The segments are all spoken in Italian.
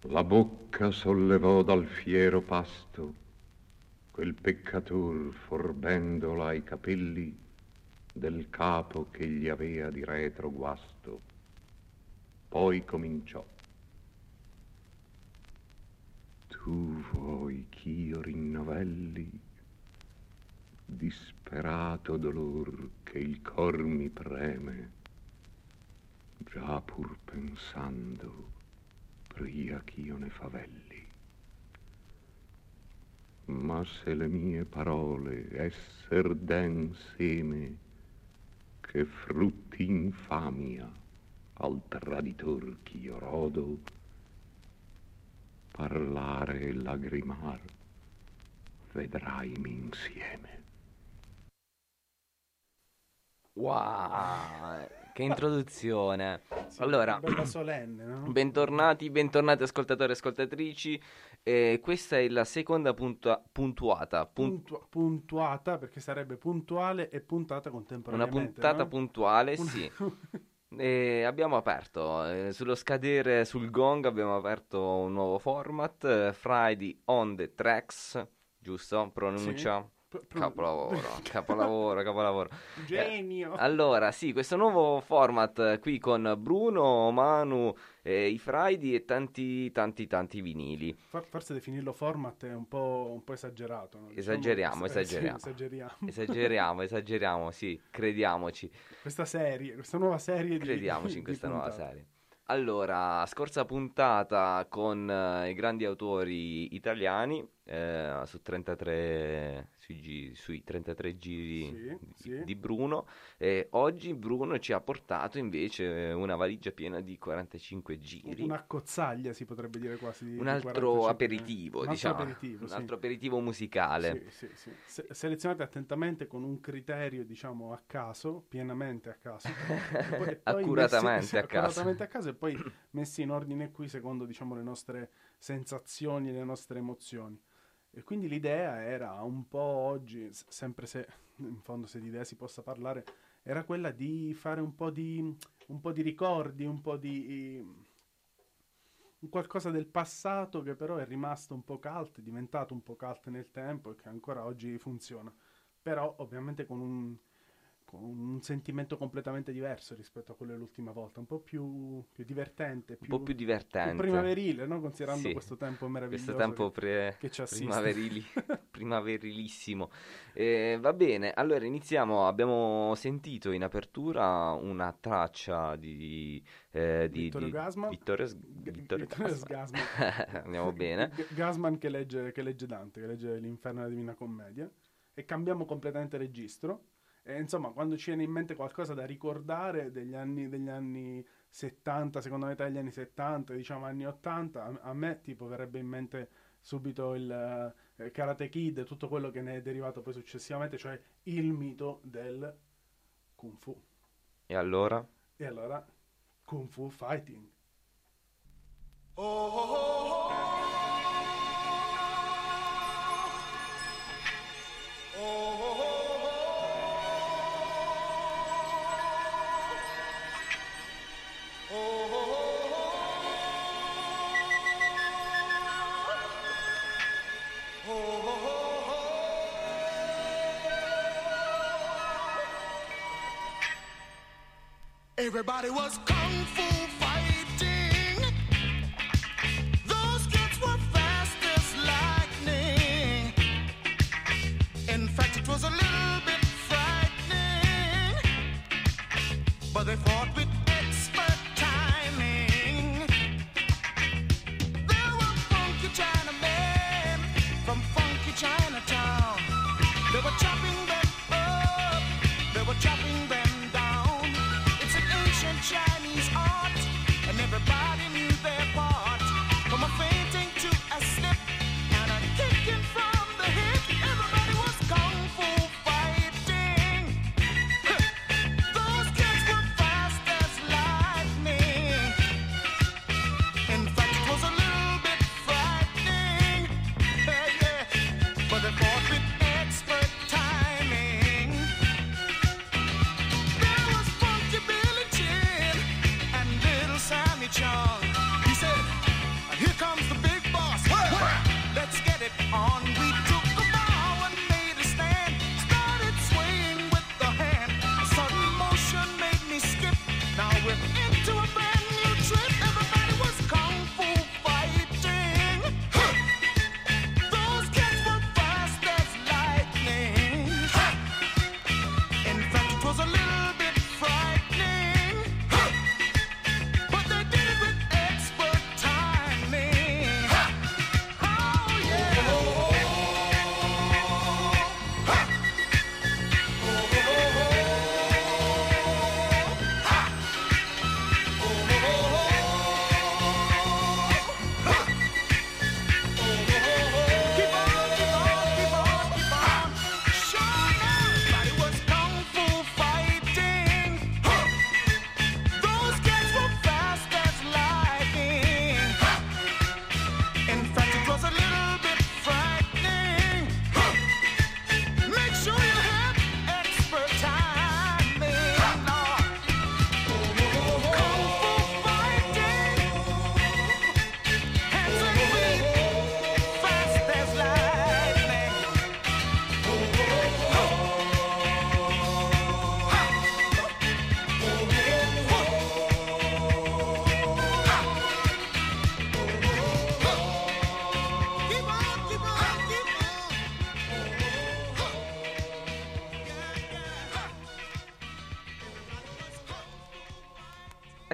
La bocca sollevò dal fiero pasto, quel peccator forbendola ai capelli del capo che gli avea di retro guasto. Poi cominciò. Tu vuoi ch'io rinnovelli disperato dolor che il cor mi preme, già pur pensando pria ch'io ne favelli. Ma se le mie parole esser den seme che frutti infamia al traditor ch'io rodo, parlare e lagrimar vedraimi insieme. Wow, che introduzione. Sì, Allora, bella solenne, no? bentornati ascoltatori e ascoltatrici. Questa è la seconda puntuata. Puntuata, perché sarebbe puntuale e puntata Una contemporaneamente, puntata no? puntuale, sì. Abbiamo aperto, sullo scadere sul gong abbiamo aperto un nuovo format, Friday on the Tracks, giusto? Pronuncia? Sì. Capolavoro. Genio. Allora, sì, questo nuovo format qui con Bruno, Manu, i Friday e tanti vinili. Forse definirlo format è un po' esagerato, no? Esageriamo. Esageriamo, sì, crediamoci. Questa nuova serie Crediamoci in questa di nuova puntate. serie. Allora, scorsa puntata con i grandi autori italiani su 33 sui 33 giri Sì. di Bruno. Oggi Bruno ci ha portato invece una valigia piena di 45 giri. Una cozzaglia si potrebbe dire quasi. Un altro aperitivo, diciamo. Un sì. altro aperitivo musicale. Sì. Selezionate attentamente con un criterio, diciamo, a caso, pienamente a caso. E poi Accuratamente a caso. Accuratamente a caso e poi messi in ordine qui secondo, diciamo, le nostre sensazioni, le nostre emozioni. E quindi l'idea era un po' oggi, sempre se in fondo se di idea si possa parlare, era quella di fare un po' di ricordi, un po' di qualcosa del passato che però è rimasto un po' cult, è diventato un po' cult nel tempo e che ancora oggi funziona. Però ovviamente con un sentimento completamente diverso rispetto a quello dell'ultima volta, un po' più divertente, Un po' più divertente. più primaverile, no? Considerando Sì, questo tempo meraviglioso questo tempo che ci assiste. primaverilissimo. Va bene, allora iniziamo. Abbiamo sentito in apertura una traccia di Vittorio Gassman. Vittorio Gassman. Andiamo bene. Gassman che legge Dante, che legge l'Inferno della Divina Commedia, e cambiamo completamente registro. E insomma, quando ci viene in mente qualcosa da ricordare degli anni 70, seconda metà degli anni 70, diciamo anni 80, a me tipo verrebbe in mente subito il Karate Kid e tutto quello che ne è derivato poi successivamente, cioè il mito del Kung Fu. E allora? Kung Fu Fighting. Everybody was kung fu fighting. Those kids were fast as lightning. In fact, it was a little bit frightening, but they fought with expert timing. There were funky Chinamen from funky Chinatown. They were chopping them up, they were chopping them down. It's an ancient Chinese art, and everybody knew their part. From a fainting to a slip and a kicking from the hip, everybody was kung fu fighting. Those kids were fast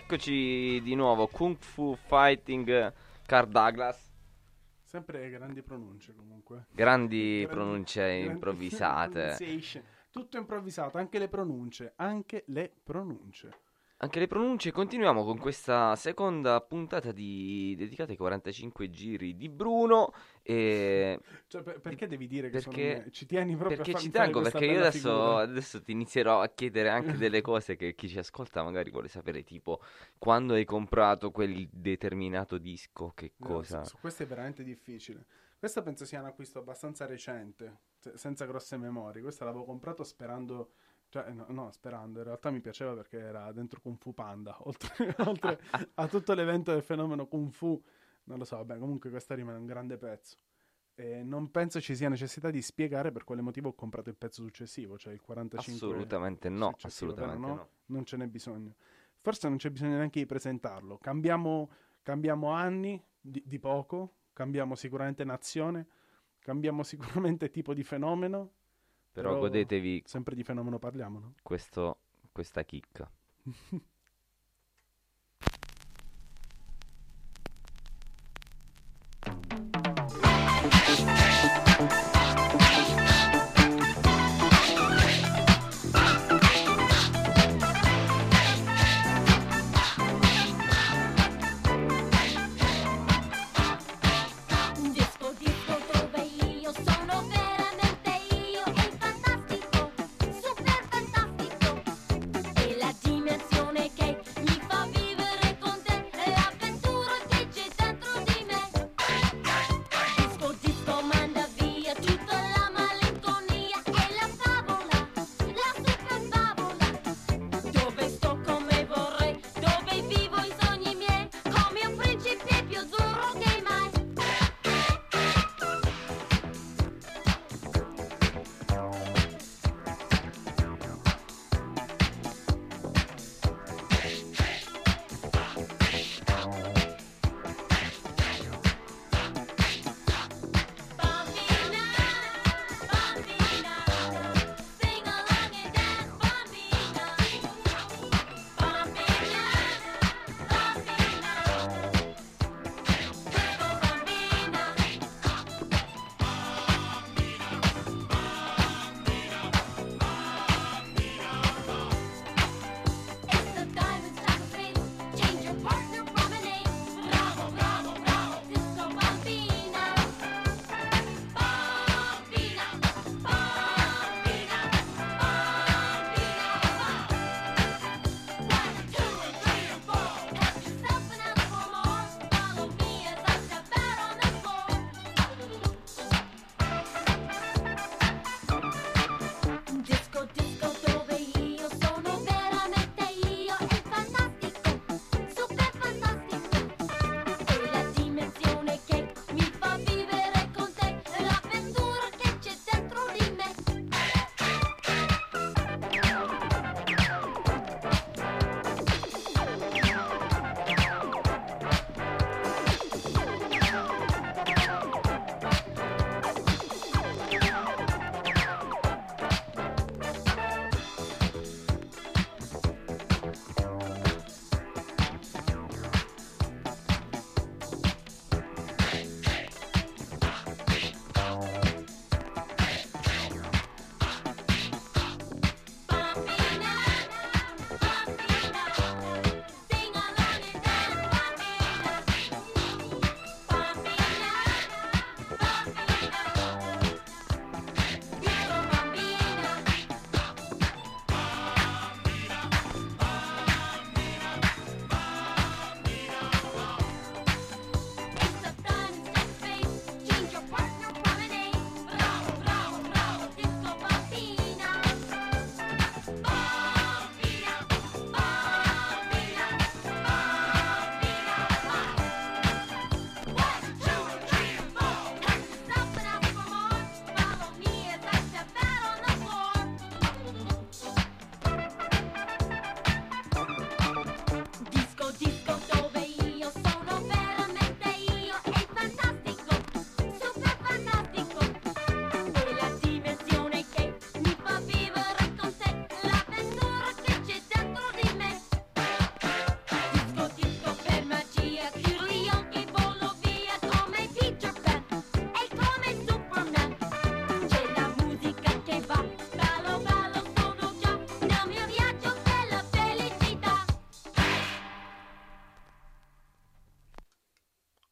eccoci di nuovo. Kung Fu Fighting Carl Douglas. Sempre grandi pronunce comunque. Grandi pronunce grandi improvvisate. pronunciation. Tutto improvvisato, anche le pronunce. Anche le pronunce. Anche le pronunce. Continuiamo con questa seconda puntata dedicata ai 45 giri di Bruno. E Cioè, perché devi dire che perché, ci tieni proprio perché a ci farmi fare tengo, questa perché io bella adesso, figura? adesso ti inizierò a chiedere anche delle cose che chi ci ascolta magari vuole sapere, tipo quando hai comprato quel determinato disco, che No, cosa. su questo è veramente difficile. Questo penso sia un acquisto abbastanza recente, senza grosse memorie. Questo l'avevo comprato sperando, cioè no, sperando, in realtà mi piaceva perché era dentro Kung Fu Panda, oltre a tutto l'evento del fenomeno Kung Fu, non lo so, vabbè, comunque questo rimane un grande pezzo. E non penso ci sia necessità di spiegare per quale motivo ho comprato il pezzo successivo, cioè il 45. Assolutamente no, successivo, assolutamente vero, no. Non ce n'è bisogno. Forse non c'è bisogno neanche di presentarlo. Cambiamo anni di poco, cambiamo sicuramente nazione, cambiamo sicuramente tipo di fenomeno. Però godetevi Sempre di fenomeno parliamo, no? questa chicca. Disco, disco dove io sono veramente io, è fantastico, super fantastico. E la dimensione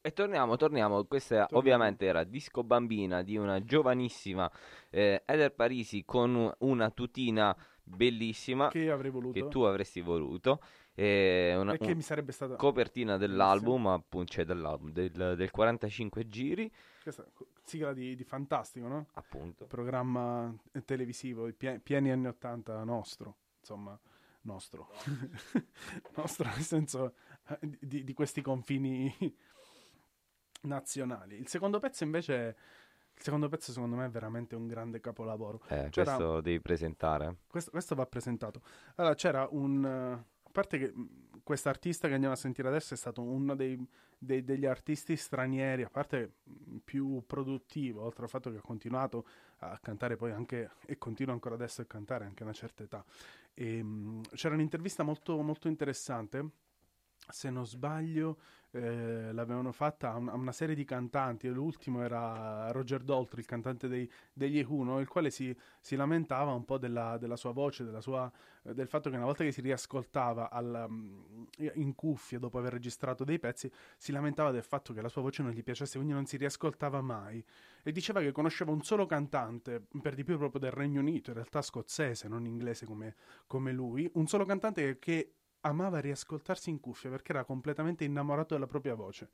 E torniamo, questa Torniamo. ovviamente era Disco Bambina di una giovanissima Eder Parisi con una tutina bellissima Che io avrei voluto. che tu avresti voluto, E che mi sarebbe stata copertina dell'album, appunto, cioè dell'album, del 45 giri, questa sigla di Fantastico, no? appunto. Programma televisivo, pieni anni 80 nostro, insomma, nostro. Nostro nel senso di questi confini nazionali. Il secondo pezzo invece, secondo me è veramente un grande capolavoro. C'era- Questo devi presentare. questo va presentato. Allora, c'era a parte che questo artista che andiamo a sentire adesso è stato uno degli artisti stranieri, a parte più produttivo, oltre al fatto che ha continuato a cantare poi anche, e continua ancora adesso a cantare anche a una certa età. C'era un'intervista molto, molto interessante, se non sbaglio, l'avevano fatta a una serie di cantanti, e l'ultimo era Roger Daltrey, il cantante degli Who, no? Il quale si lamentava un po' della sua voce, del fatto che una volta che si riascoltava in cuffia dopo aver registrato dei pezzi, si lamentava del fatto che la sua voce non gli piacesse, quindi non si riascoltava mai. E diceva che conosceva un solo cantante, per di più proprio del Regno Unito, in realtà scozzese, non inglese come lui, un solo cantante che amava riascoltarsi in cuffia perché era completamente innamorato della propria voce.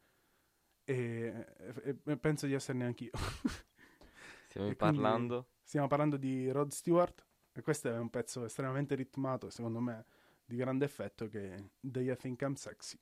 E penso di esserne anch'io. Stiamo E quindi parlando? Stiamo parlando di Rod Stewart, e questo è un pezzo estremamente ritmato e secondo me di grande effetto, che è Do You Think I'm Sexy?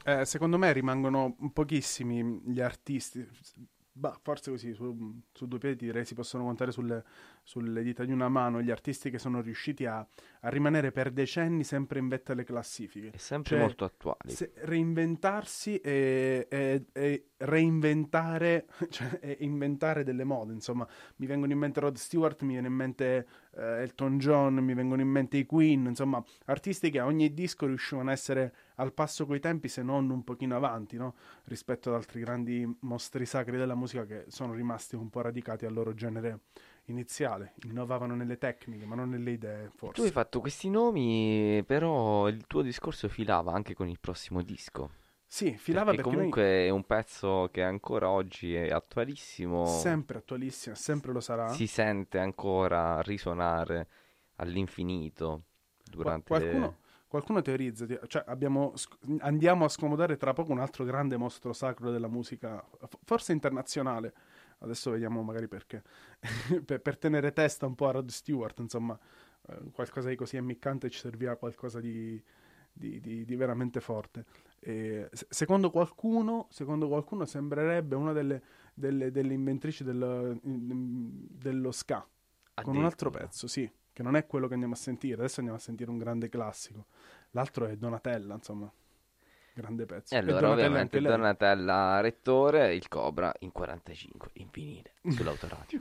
Secondo me rimangono pochissimi gli artisti. Forse così, su due piedi direi si possono contare sulle dita di una mano gli artisti che sono riusciti a rimanere per decenni sempre in vetta alle classifiche. E sempre Cioè, molto attuali. Reinventarsi e reinventare, cioè e inventare delle mode. Insomma, mi vengono in mente Rod Stewart, mi viene in mente Elton John, mi vengono in mente i Queen, insomma, artisti che a ogni disco riuscivano a essere al passo coi tempi, se non un pochino avanti, no? Rispetto ad altri grandi mostri sacri della musica che sono rimasti un po' radicati al loro genere iniziale, innovavano nelle tecniche ma non nelle idee, Tu hai forse. fatto questi nomi, però il tuo discorso filava anche con il prossimo disco. Sì, filava Perché perché comunque è un pezzo che ancora oggi è attualissimo. noi sempre attualissimo, sempre lo sarà. Si sente ancora risuonare all'infinito durante le... Qualcuno teorizza, cioè andiamo a scomodare tra poco un altro grande mostro sacro della musica, forse internazionale. Adesso vediamo magari perché. per tenere testa un po' a Rod Stewart, insomma, qualcosa di così ammiccante ci serviva qualcosa di veramente forte. Secondo qualcuno sembrerebbe una delle inventrici dello ska, con un altro Addirittura. pezzo, sì, che non è quello che andiamo a sentire. Adesso andiamo a sentire un grande classico. L'altro è Donatella, insomma, grande pezzo. E allora Donatella ovviamente anche lei. Donatella Rettore, il Cobra in 45, in vinile, sull'autoradio.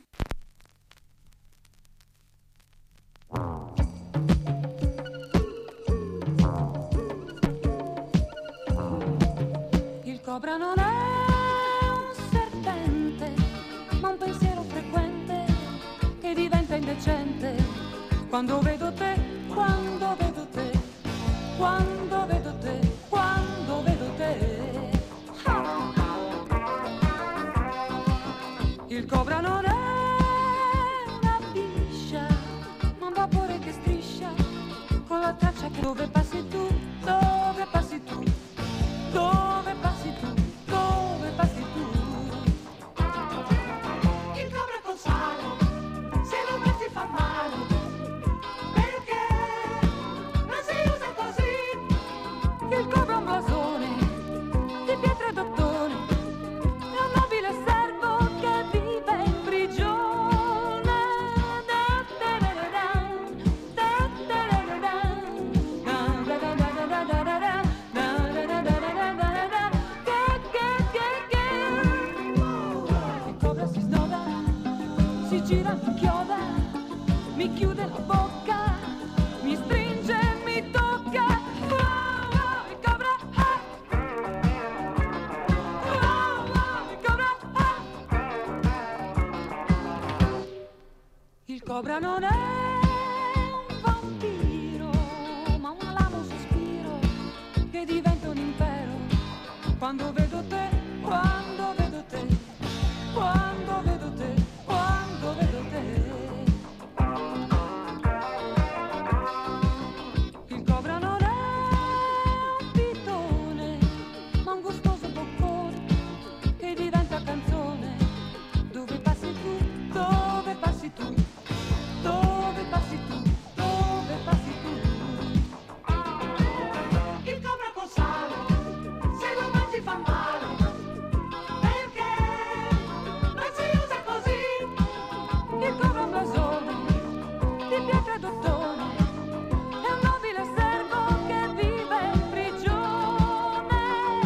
Il cobra non è un serpente, ma un pensiero frequente che diventa indecente. Quando vedo te, quando vedo te, quando vedo te, quando vedo te. Il cobra non è una biscia, ma un vapore che striscia con la traccia che dove passi tu, dove passi tu. Dove passi tu, dove passi tu? Il cobra col sale, se lo metti fa male, perché non si usa così. Il cobra è un blasone di pietra e d'ottone, è un nobile servo che vive in prigione. Il cobra si snoda, si gira, mi chioda, mi chiude la bocca, mi stringe, mi tocca. Il cobra, il cobra, il cobra non è un vampiro, ma un alamo sospiro che diventa un impero. Quando vedo te, quando vedo te, quando vedo te, quando vedo te. Il cobra non è un pitone, ma un gustoso boccone che diventa canzone. Dove passi tu, dove passi tu, dove passi tu, dove passi tu. Il cobra col sale, se lo mangi fa male, perché non si usa così. Il cobra è un blasone di pietra e d'ottone, è un nobile servo che vive in prigione.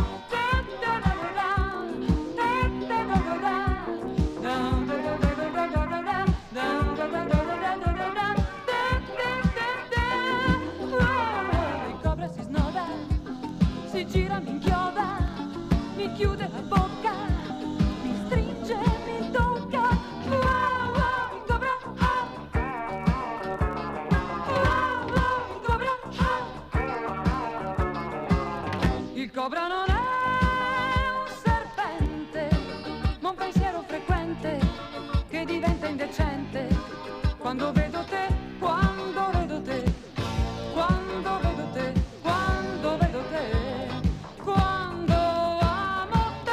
Il cobra si snoda, si gira, mi inchioda, mi chiude la bocca, mi stringe, mi tocca. Il cobra, il cobra, il cobra non è un serpente, ma un pensiero frequente che diventa indecente. Quando vedo te, quando vedo te, quando vedo te, quando vedo te, quando amo te.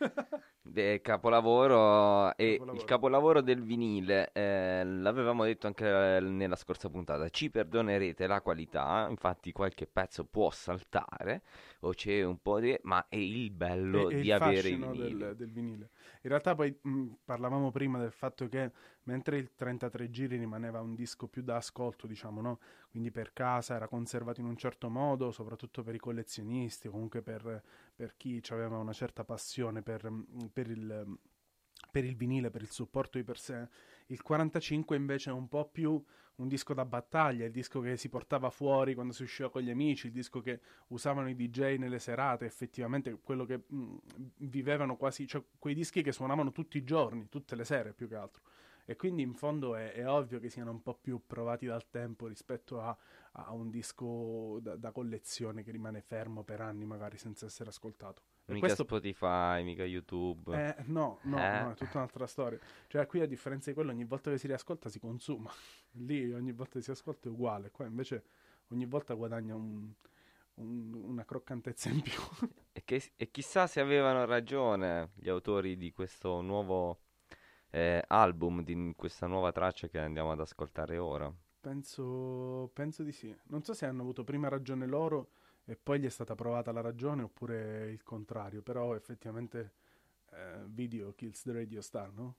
Capolavoro e Capolavoro. il capolavoro del vinile, l'avevamo detto anche nella scorsa puntata, ci perdonerete la qualità, infatti qualche pezzo può saltare o c'è un po' di... ma è il bello È di il avere i fascino vinili. del vinile. In realtà poi parlavamo prima del fatto che mentre il 33 giri rimaneva un disco più da ascolto, diciamo, no? Quindi per casa era conservato in un certo modo, soprattutto per i collezionisti, comunque per chi aveva una certa passione per il vinile, per il supporto di per sé. Il 45 invece è un po' più un disco da battaglia, il disco che si portava fuori quando si usciva con gli amici, il disco che usavano i DJ nelle serate, effettivamente quello che vivevano quasi, cioè quei dischi che suonavano tutti i giorni, tutte le sere più che altro. E quindi in fondo è ovvio che siano un po' più provati dal tempo rispetto a un disco da collezione che rimane fermo per anni magari senza essere ascoltato. E Mica questo Spotify, mica YouTube. no, Eh? è tutta un'altra storia. Cioè, qui a differenza di quello, ogni volta che si riascolta si consuma. Lì ogni volta che si ascolta è uguale. Qua invece ogni volta guadagna una croccantezza in più. E chissà se avevano ragione gli autori di questo nuovo album, di questa nuova traccia che andiamo ad ascoltare ora. Penso di sì. Non so se hanno avuto prima ragione loro e poi gli è stata provata la ragione oppure il contrario, però effettivamente video kills the radio star, no?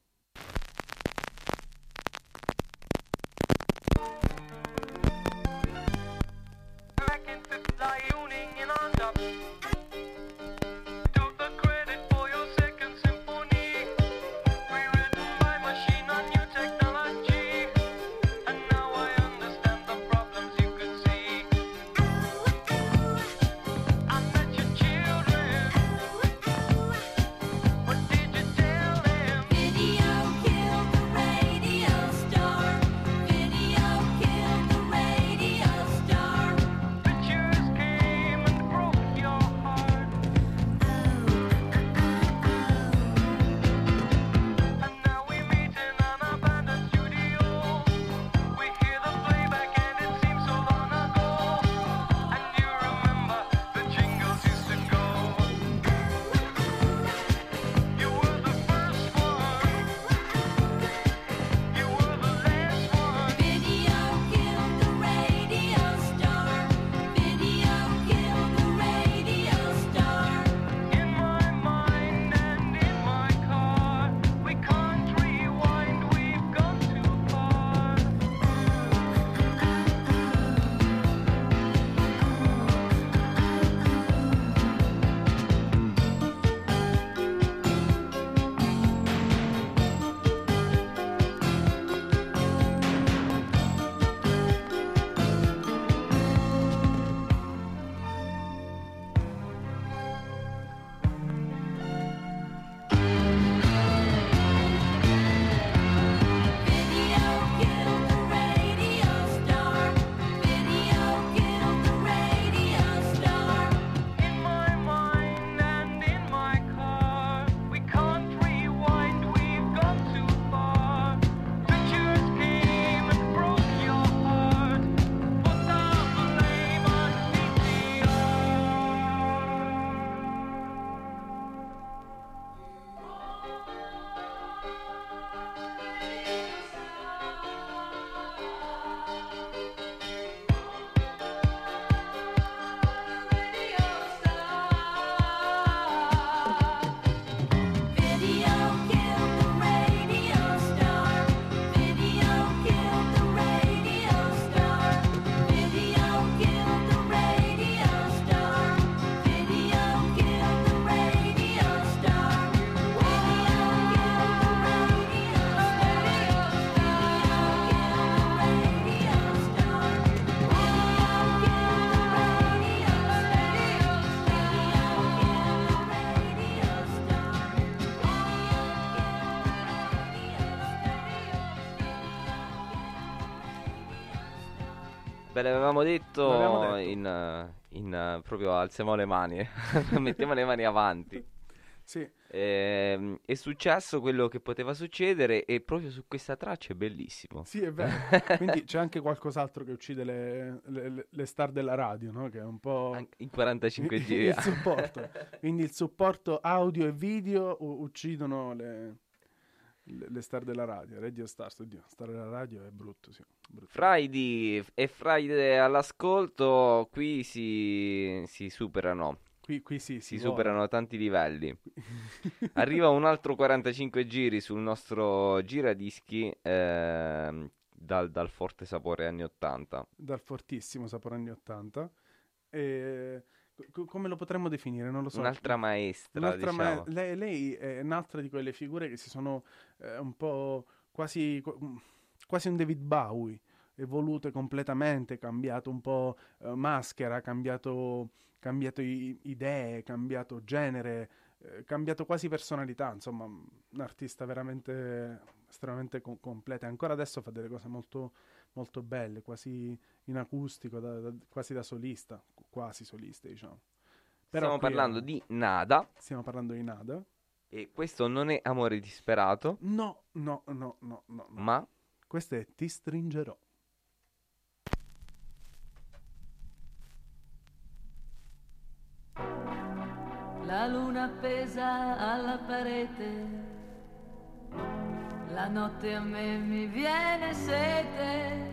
Video killed the radio star. Video killed the radio star. Pictures came and broke your heart, and now we meet in an abandoned studio. We hear the playback and it seems so long ago. And you remember the jingles used to go. You were the first one, you were the last one. Video killed the radio star. Video killed the radio star. In my mind and in my car, we can't rewind, we've gone too far. Video killed the radio star. Video killed the radio star. In my mind and in my car, we can't rewind, we've gone too far. Pictures came and broke your heart, put the blame on VCR. Video killed the radio star. Video killed the radio star. Video killed the radio star. Video killed the radio star. Video killed the radio Beh, l'avevamo detto, L'avevamo detto. proprio alziamo le mani, mettiamo le mani avanti. Sì, È successo quello che poteva succedere e proprio su questa traccia è bellissimo. Sì, è vero. Quindi c'è anche qualcos'altro che uccide le star della radio, no? Che è un po' In 45 giri. il supporto. Quindi il supporto audio e video uccidono le star della radio. Radio Stars, oddio, star della radio è brutto, sì. Brutto. Friday e Friday all'ascolto, qui si superano. Qui sì, Si vola. superano tanti livelli. Arriva un altro 45 giri sul nostro giradischi dal forte sapore anni 80. Dal fortissimo sapore anni 80. E come lo potremmo definire? Non lo so. Un'altra maestra, diciamo. Lei è un'altra di quelle figure che si sono un po' quasi un David Bowie, evolute completamente, cambiato un po' maschera, cambiato idee, cambiato genere, cambiato quasi personalità, insomma, un artista veramente estremamente completa. Ancora adesso fa delle cose molto, molto belle, quasi in acustico, quasi da solista, quasi solista, diciamo. Però Stiamo qui parlando di Nada stiamo parlando di Nada. e questo non è Amore disperato, No. ma Questo è Ti stringerò. La luna appesa alla parete, la notte a me mi viene sete.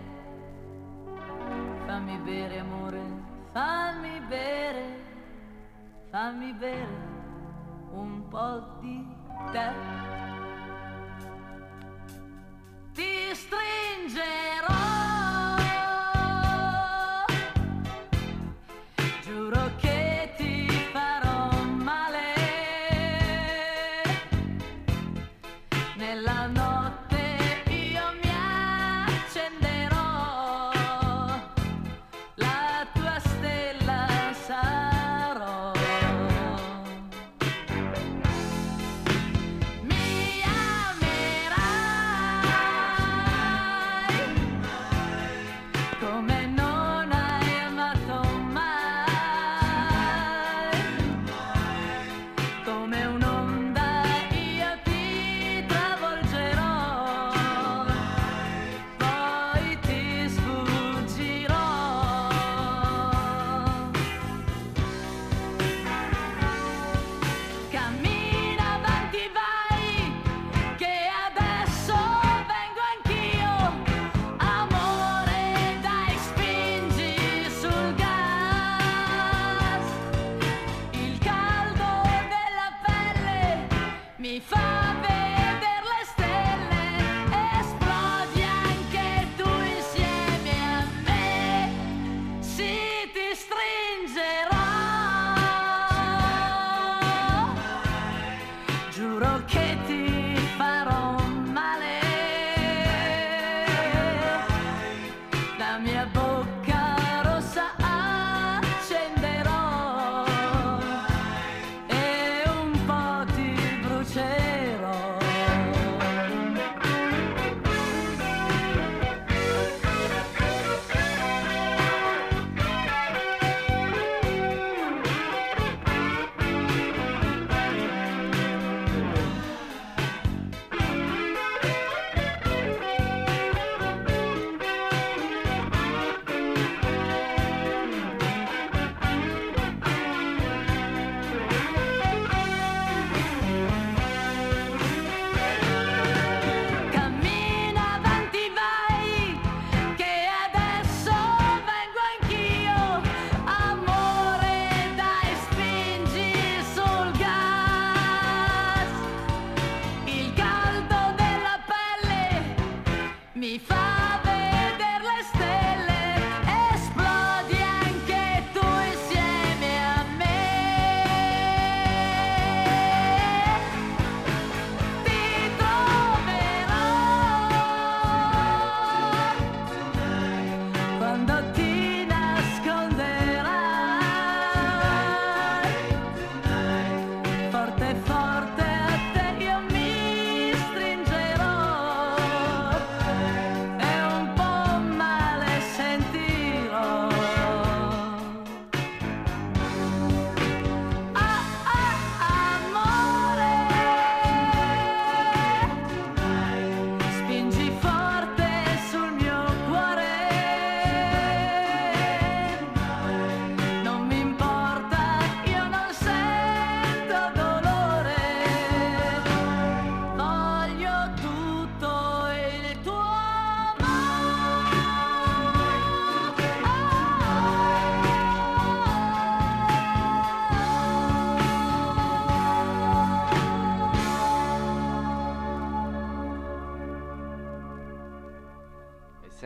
Fammi bere amore, fammi bere un po' di te. Ti stringerò, giuro che ti farò male. Nella notte io mi accenderò, la tua stella sarò. Mi amerai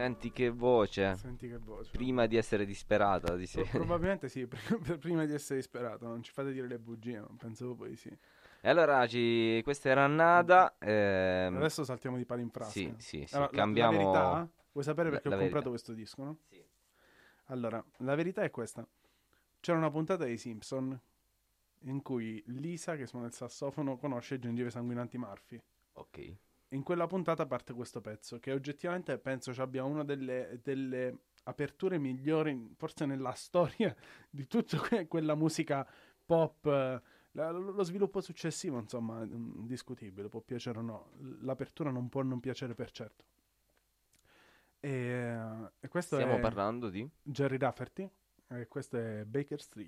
Senti che voce. Senti che voce. Prima di essere disperata, di Probabilmente sì, prima di essere disperato, non ci fate dire le bugie, ma penso poi sì. E allora questa era Nada. Adesso saltiamo di palo in frasca. Sì, Allora, cambiamo. la verità, vuoi sapere perché La ho comprato verità. questo disco, no? Sì. Allora, la verità è questa. C'era una puntata dei Simpson in cui Lisa, che suona il sassofono, conosce Gengive Sanguinanti Murphy. Ok. In quella puntata parte questo pezzo, che oggettivamente penso ci abbia una delle aperture migliori, forse nella storia di tutta quella musica pop. Lo sviluppo successivo, insomma, è discutibile, può piacere o no. L'apertura non può non piacere per certo. E questo Stiamo è parlando di. Jerry Rafferty, e questo è Baker Street.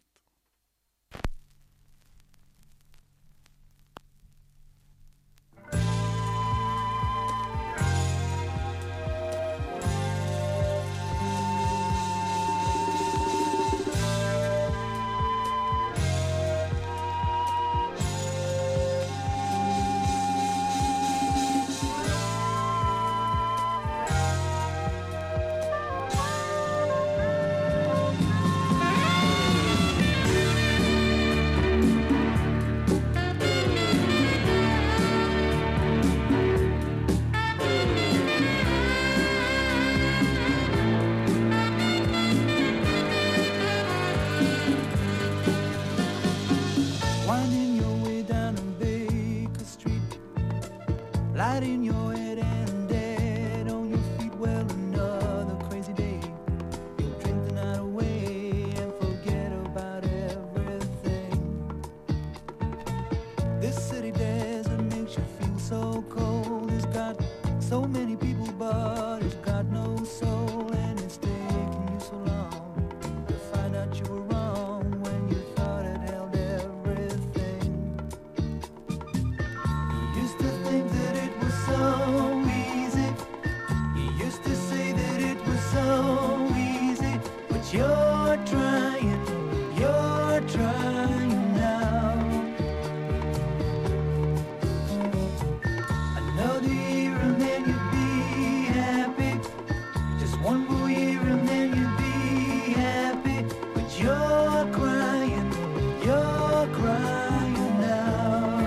Winding your way down on Baker Street, light in your head and dead on your feet. Well, another crazy day. You'll drink the night away and forget about everything. This city desert makes you feel so cold. It's got so many people, but it's got no soul, and it's taking you so long to find out you were wrong when you thought it held everything. You used to think that it was so easy. You used to say that it was so easy, but you're trying now. Another year and then you'd be happy. Just one more year and then you'd be happy. But you're crying now.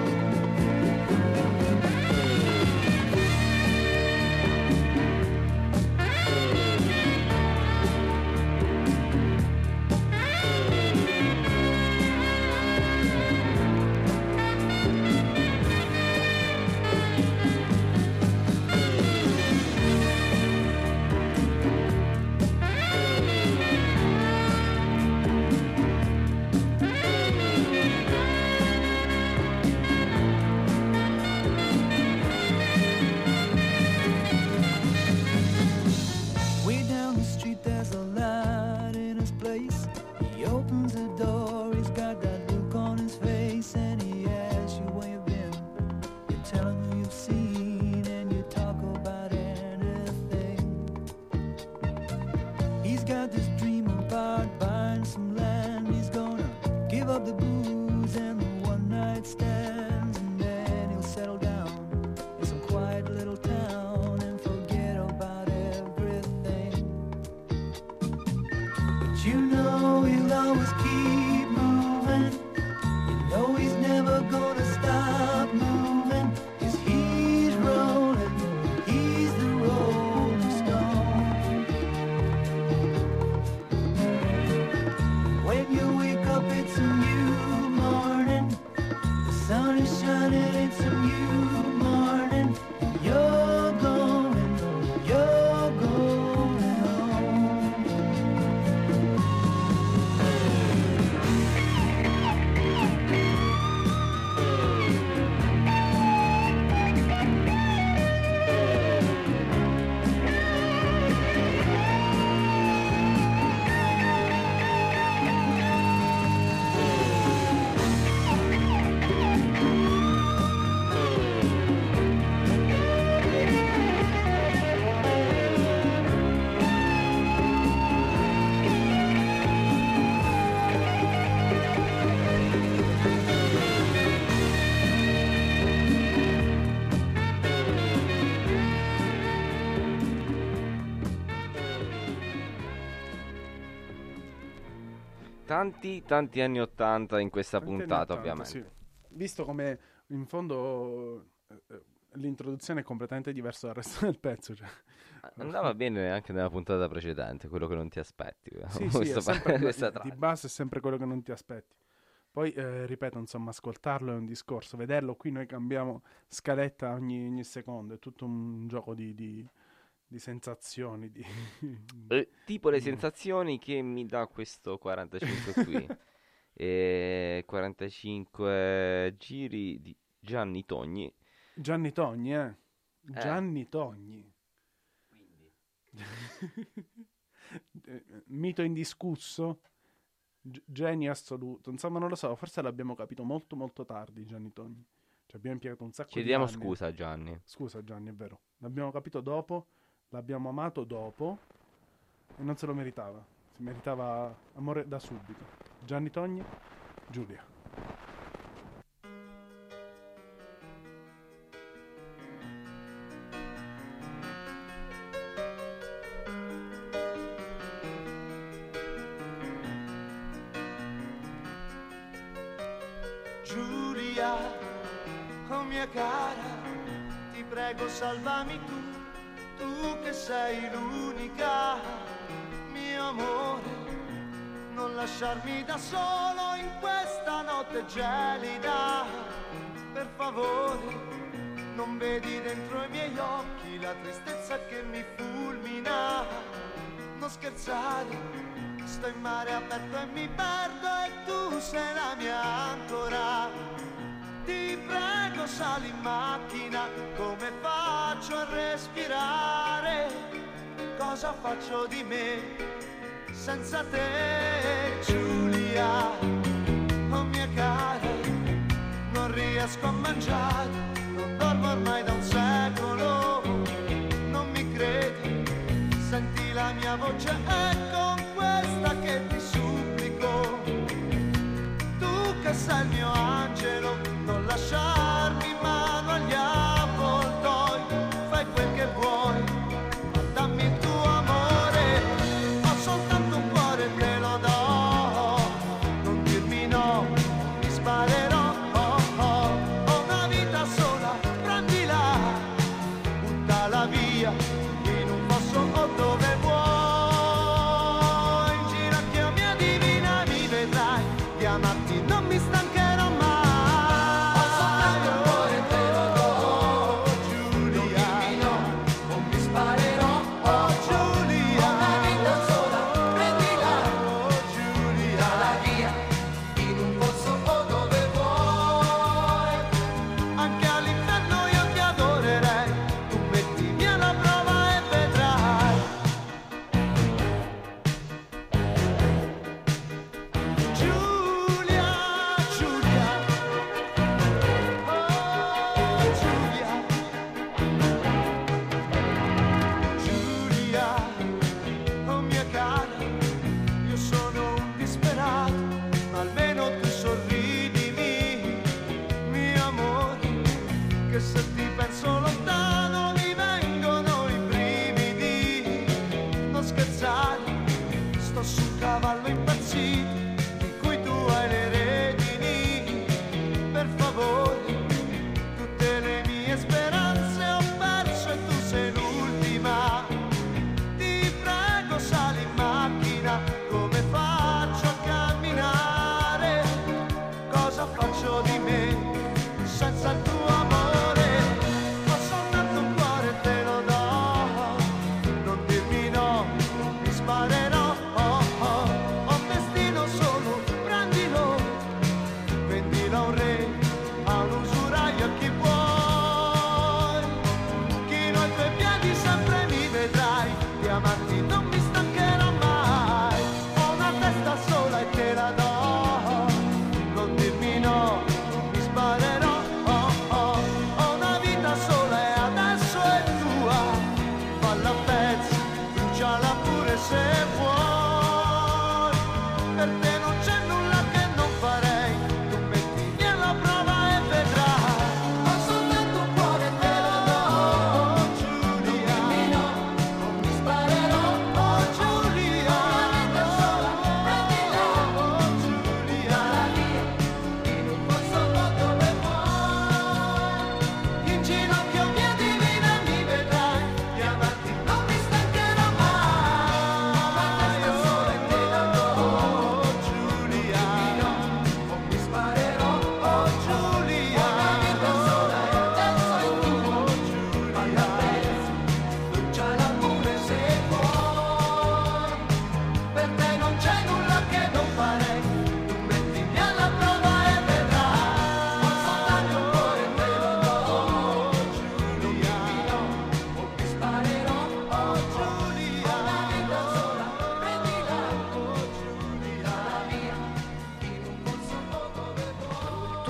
Way down the street there's a light in his place. He opens the door, he's got that look on his face, and he asks you where you've been. You tell him who you've seen, and you talk about anything. He's got this dream about buying some land. He's gonna give up the booze and the one night stands, and then he'll settle down in some quiet little town and forget about everything. But you know he'll always keep moving. You know he's never gonna stop moving, 'cause he's rolling, he's the rolling stone. When you wake up it's a new morning. The sun is shining, it's a new morning. You're going home. tanti anni 80 in questa Tanti anni puntata, 80, ovviamente. sì. Visto come in fondo l'introduzione è completamente diversa dal resto del pezzo. Cioè. Andava bene anche nella puntata precedente, quello che non ti aspetti. Sì, Questo è sempre, questa di traccia. base è sempre quello che non ti aspetti. Poi, ripeto, insomma, ascoltarlo è un discorso. Vederlo, qui noi cambiamo scaletta ogni secondo. È tutto un gioco di sensazioni. Tipo le sensazioni che mi dà questo 45 qui. 45 giri di Gianni Togni. Gianni Togni, Gianni Togni. Mito indiscusso, genio assoluto. Insomma, non lo so, forse l'abbiamo capito molto molto tardi Gianni Togni. Ci abbiamo impiegato un sacco di Chiediamo anni. scusa a Gianni. Scusa Gianni, è vero. L'abbiamo capito dopo, l'abbiamo amato dopo e non se lo meritava. Si meritava amore da subito. Gianni Togni, Giulia. Giulia, oh mia cara, ti prego salvami tu che sei l'unica, mio amore, non lasciarmi da solo in questa notte gelida, per favore, non vedi dentro i miei occhi la tristezza che mi fulmina, non scherzare. Sto in mare aperto e mi perdo e tu sei la mia ancora. Ti prego sali in macchina, come faccio a respirare? Cosa faccio di me senza te, Giulia? Oh mia cara, non riesco a mangiare, non dormo ormai da un secolo. Non mi credi? Senti la mia voce, è con questa che ti supplico. Tu che sei il mio angelo, non lasciarmi in mano agli avvoltoi. Fai quel che vuoi, ma dammi il tuo amore. Ho soltanto un cuore e te lo do. Non dirmi no, mi sparerò. Ho una vita sola, prendila, buttala via in un fosso o dove vuoi. In ginocchio mia divina mi vedrai, di amarti non mi stancherò mai. Ho soltanto un cuore e te lo do, Giulia. Non dirmi no, o mi sparerò. Oh Giulia, una vita sola, prendila, oh Giulia, buttala via in un fosso o dove vuoi. Anche all'inferno io ti adorerei, tu mettimi alla prova e vedrai. Giulia, Giulia, oh Giulia, Giulia, oh mia cara, io sono un disperato, ma almeno tu sorridimi, mio amore, che se ti penso lontano mi vengono i brividi. Non scherzare, sto su un cavallo impazzito di cui tu hai le redini. Per favore, tutte le mie speranze ho perso e tu sei l'ultima. Ti prego sali in macchina, come faccio a camminare? Cosa faccio di me senza il tuo amore? Ho soltanto un cuore e te lo do. Non dirmi no, mi sparerò. Ho un destino solo, prendilo. Vendilo a un re, a un usuraio, a chi vuoi. Chino ai tuoi piedi sempre mi vedrai, di amarti non mi stancherò mai. Ho una testa sola e te la do. Non dirmi no,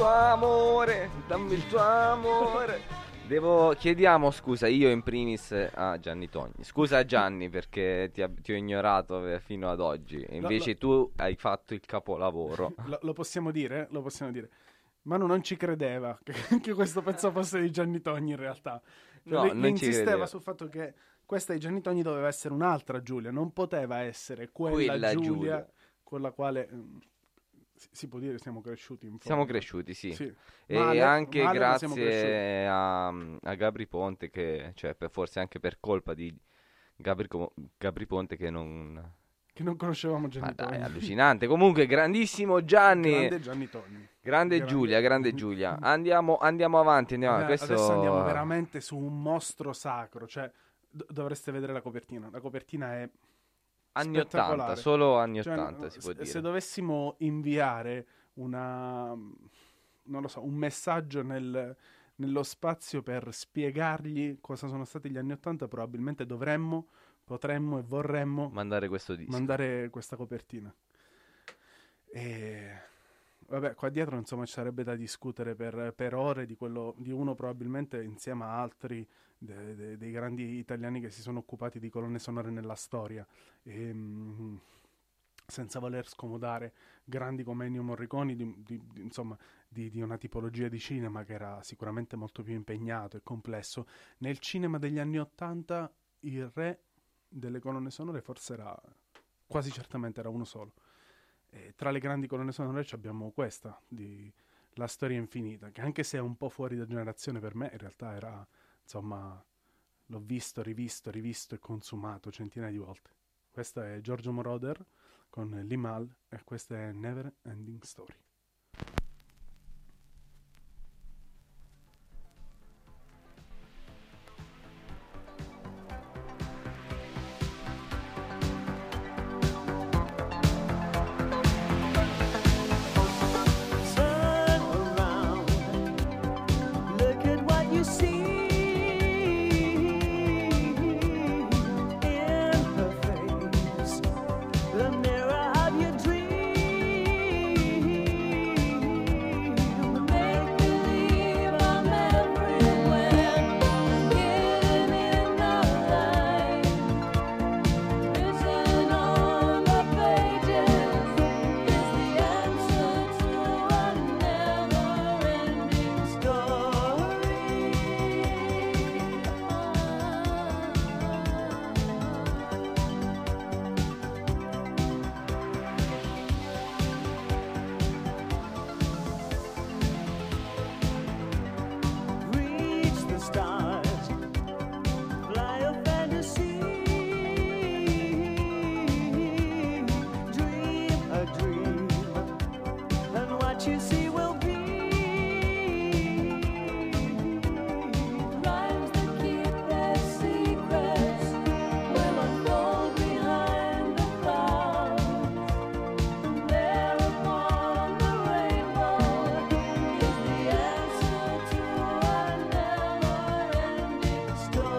tuo amore, dammi il tuo amore. Chiediamo scusa, io in primis a Gianni Togni. Scusa Gianni perché ti ho ignorato fino ad oggi. E invece tu hai fatto il capolavoro. Lo possiamo dire? Lo possiamo dire. Manu non ci credeva che questo pezzo fosse di Gianni Togni in realtà. Cioè, No, lei non ci insisteva credeva. sul fatto che questa di Gianni Togni doveva essere un'altra Giulia, non poteva essere quella Quella Giulia, Giulia. con la quale si può dire siamo cresciuti in Siamo fondo. Cresciuti, sì. Sì. E Male, anche male, ma siamo grazie a Gabri Ponte, forse anche per colpa di Gabri Ponte che non... Che non conoscevamo Gianni Ma dai, Togni. allucinante. Comunque, grandissimo Gianni. Grande Gianni Togni. Grande Giulia. Andiamo avanti. Vabbè, Questo... Adesso andiamo veramente su un mostro sacro, cioè dovreste vedere la copertina. La copertina è anni 80, spettacolare. solo anni Cioè, 80 si può dire. Se dovessimo inviare non lo so, un messaggio nello spazio per spiegargli cosa sono stati gli anni 80, probabilmente potremmo e vorremmo Mandare questo disco. mandare questa copertina. E vabbè, qua dietro insomma ci sarebbe da discutere per ore di uno probabilmente insieme a altri dei grandi italiani che si sono occupati di colonne sonore nella storia. Senza voler scomodare grandi come Ennio Morricone insomma, di una tipologia di cinema che era sicuramente molto più impegnato e complesso. Nel cinema degli anni '80 il re delle colonne sonore forse quasi certamente era uno solo. E tra le grandi colonne sonore abbiamo questa di La storia infinita, che anche se è un po' fuori da generazione per me, in realtà era, insomma, l'ho visto, rivisto e consumato centinaia di volte. Questo è Giorgio Moroder con Limal e questa è Never Ending Story. Turn around, look at what you see in her face, the mirror of your dream. Make believe I'm everywhere, hidden in the light. Written on the pages is the answer to a never-ending Reach the stars, fly a fantasy, dream a dream, and what you see will be. Rhymes that keep their secrets will unfold behind the clouds. And there upon the rainbow is the answer to a never-ending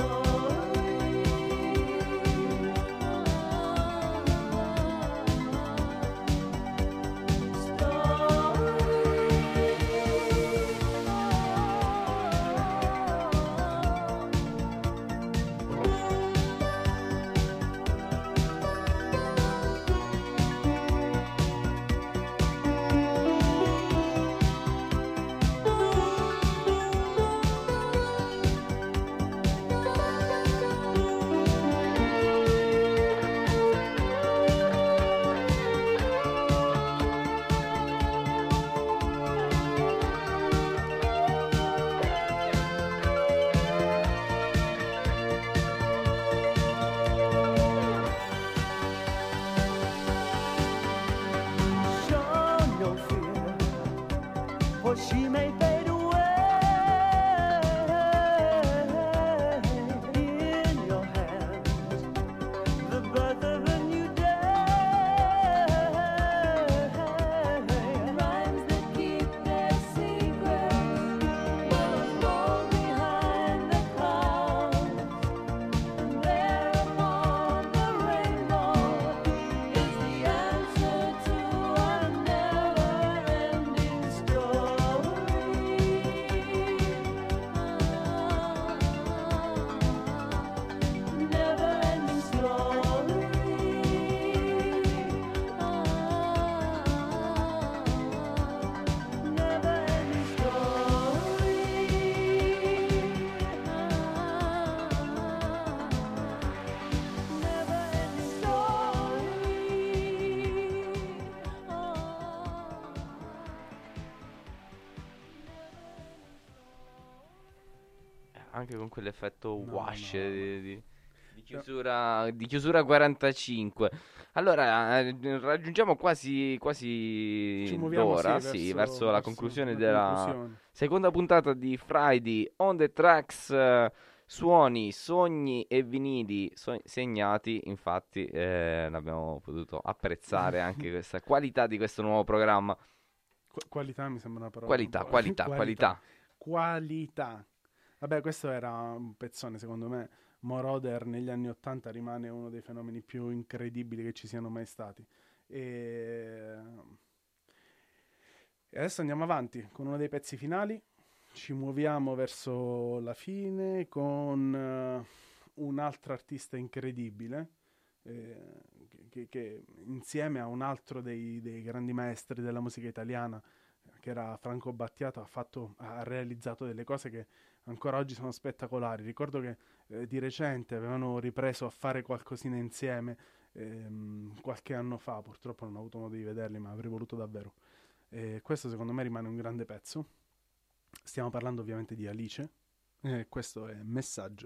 Show no fear, for she may fade away. In your hands, the birth of a new day. Rhymes that keep their secrets will unfold behind the clouds. And there upon the rainbow is the answer to a never-ending story. Anche con quell'effetto No, wash no, no. di chiusura 45. Allora, raggiungiamo quasi Ci muoviamo l'ora, sì, sì, verso la conclusione della conclusione. seconda puntata di Friday on the Tracks. Suoni, sogni e vinili segnati. Infatti, l'abbiamo potuto apprezzare anche questa qualità di questo nuovo programma. Qualità mi sembra una parola. Qualità, un po'- qualità, qualità. Qualità. Vabbè, questo era un pezzone, secondo me. Moroder negli anni '80 rimane uno dei fenomeni più incredibili che ci siano mai stati. E adesso andiamo avanti con uno dei pezzi finali. Ci muoviamo verso la fine con un altro artista incredibile che insieme a un altro dei grandi maestri della musica italiana, che era Franco Battiato, ha realizzato delle cose che ancora oggi sono spettacolari. Ricordo che di recente avevano ripreso a fare qualcosina insieme qualche anno fa, purtroppo non ho avuto modo di vederli, ma avrei voluto davvero. Questo secondo me rimane un grande pezzo. Stiamo parlando ovviamente di Alice, questo è Messaggio.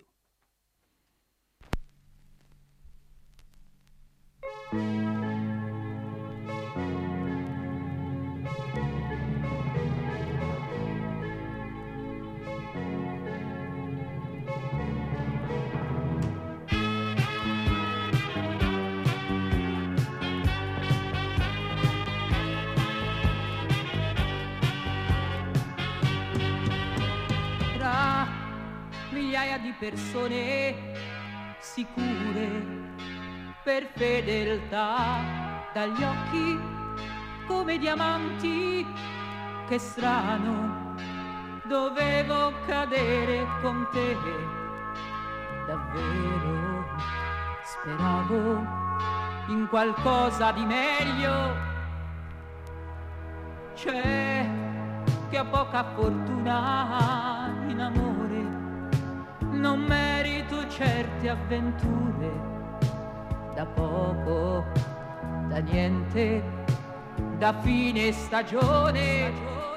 Tra migliaia di persone sicure per fedeltà, dagli occhi come diamanti, che strano, dovevo cadere con te, davvero speravo in qualcosa di meglio. C'è che ho poca fortuna in amore, non merito certe avventure, da poco, da niente, da fine stagione.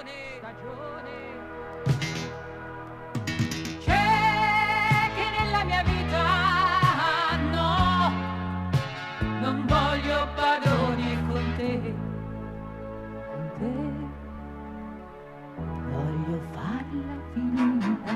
C'è che nella mia vita no, non voglio padroni con te, voglio farla finita.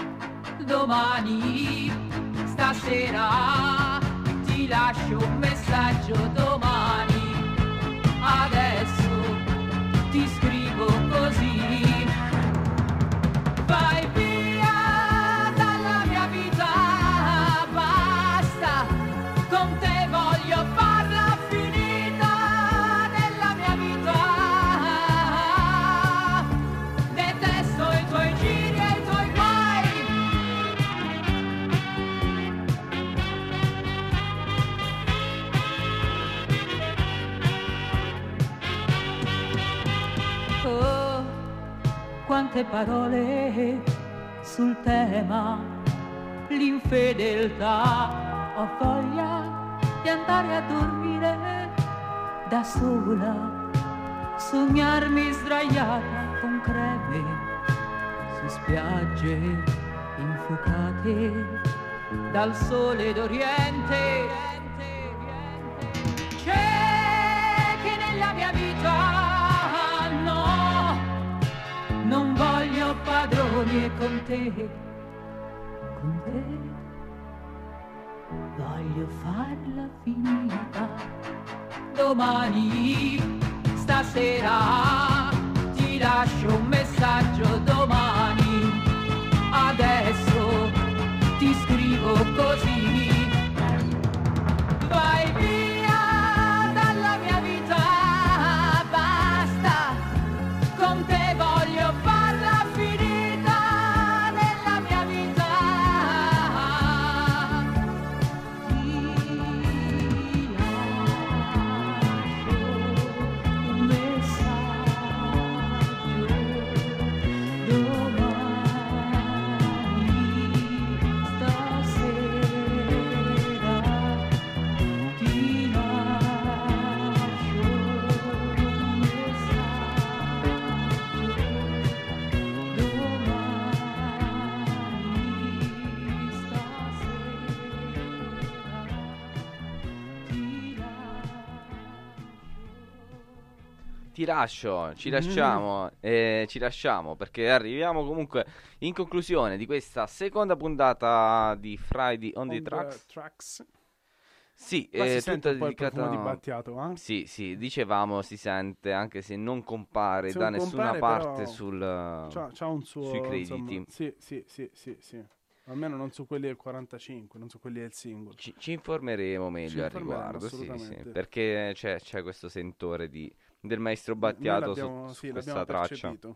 Domani, stasera, ti lascio un messaggio. Domani, adesso ti scrivo così. Vai via dalla mia vita, basta, con te voglio farla finita. Nella mia vita detesto i tuoi giri e i tuoi guai. Oh, quante parole sul tema, l'infedeltà. Ho voglia di andare a dormire da sola, sognarmi sdraiata con creme su spiagge infuocate dal sole d'Oriente. C'è che nella mia vita no, non voglio padroni e con te voglio farla finita. Domani, stasera, ti lascio un messaggio. Domani, adesso ti scrivo così. Vai via dalla mia vita, basta, con te voglio farla finita. Nella mia vita ti lascio un messaggio. Ci lasciamo perché arriviamo comunque in conclusione di questa seconda puntata di Friday on the Tracks. Sì, Qua si tutta sente un po' il dedicata profumo di Battiato, eh? Sì, dicevamo si sente anche se non compare Se da non nessuna compare, parte però c'ha un suo, sui crediti. insomma, sì. Almeno non su quelli del 45, non su quelli del singolo. Ci informeremo meglio al riguardo, sì, assolutamente. perché c'è questo sentore del maestro Battiato su questa traccia. Percepito.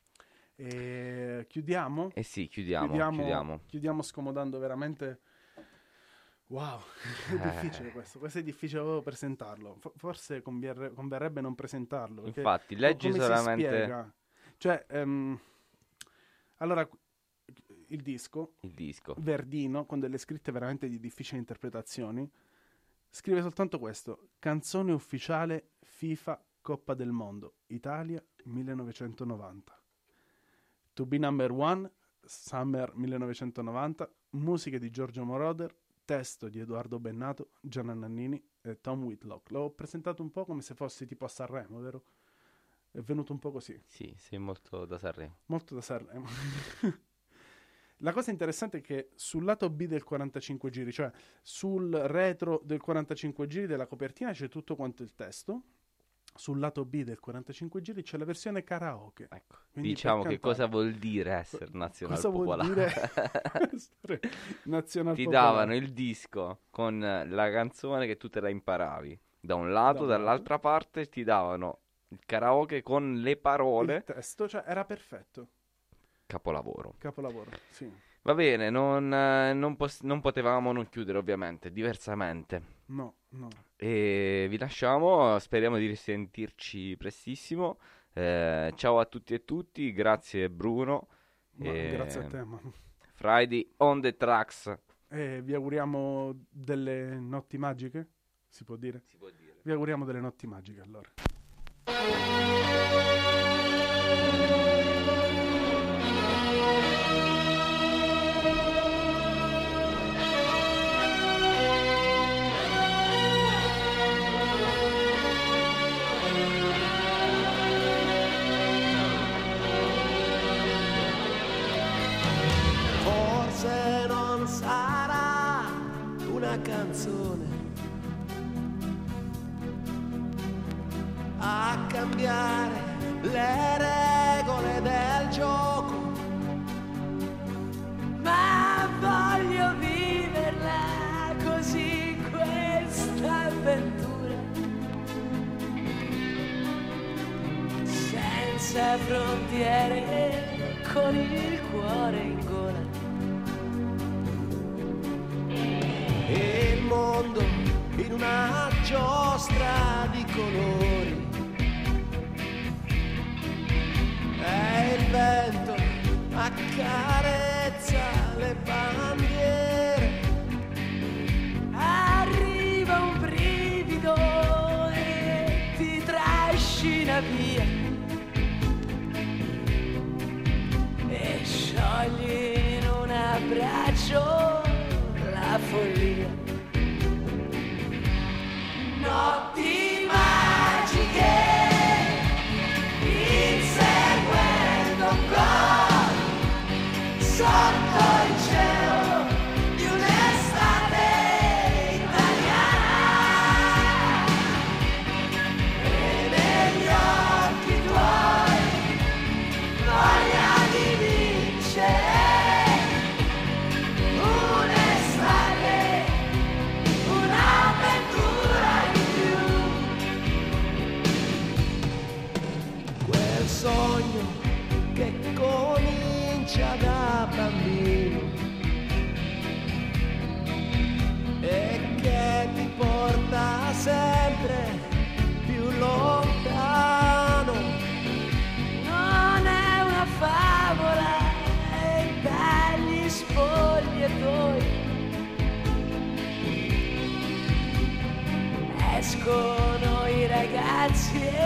E chiudiamo? Eh sì, chiudiamo. Chiudiamo scomodando veramente. Wow, è difficile questo è difficile proprio presentarlo. Forse converrebbe non presentarlo. Perché Infatti, leggi come solamente. si spiega? Cioè, allora, il disco, Verdino, con delle scritte veramente di difficili interpretazioni, scrive soltanto questo: canzone ufficiale FIFA Coppa del Mondo, Italia 1990. To be number one, Summer 1990, musiche di Giorgio Moroder, testo di Edoardo Bennato, Gianna Nannini e Tom Whitlock. L'ho presentato un po' come se fossi tipo a Sanremo, vero? È venuto un po' così. Sì, sei molto da Sanremo. Molto da Sanremo. La cosa interessante è che sul lato B del 45 giri, cioè sul retro del 45 giri della copertina c'è tutto quanto il testo. Sul lato B del 45 giri c'è la versione karaoke. Ecco, Quindi diciamo per che cantare. cosa vuol dire essere nazional Cosa vuol popolare. dire essere nazional Ti popolare? davano il disco con la canzone che tu te la imparavi da un lato, dall'altra parte ti davano il karaoke con le parole. Il testo, cioè era perfetto. Capolavoro, sì. Va bene, non potevamo non chiudere ovviamente, diversamente. No. E vi lasciamo, speriamo di risentirci prestissimo. Ciao a tutti e tutti, grazie Bruno. Grazie a te. Friday on the Tracks. Vi auguriamo delle notti magiche, si può dire? Si può dire. Vi auguriamo delle notti magiche allora. Forse non sarà una canzone a cambiare le regole del gioco, ma voglio viverla così questa avventura, senza frontiere, con il cuore in gola. e il mondo in una giostra di colori, e il vento accarezza le bandiere. Arriva un brivido e ti trascina via e sciogli in un abbraccio la follia. Notti magiche, inseguendo gol sotto il cielo di un'estate italiana, e negli occhi tuoi voglia di vincere. Un'estate, un'avventura di più. Quel sogno che comincia da bambino e che ti porta sempre più lontano. Non è una favola, è dagli spogliatoi escono i ragazzi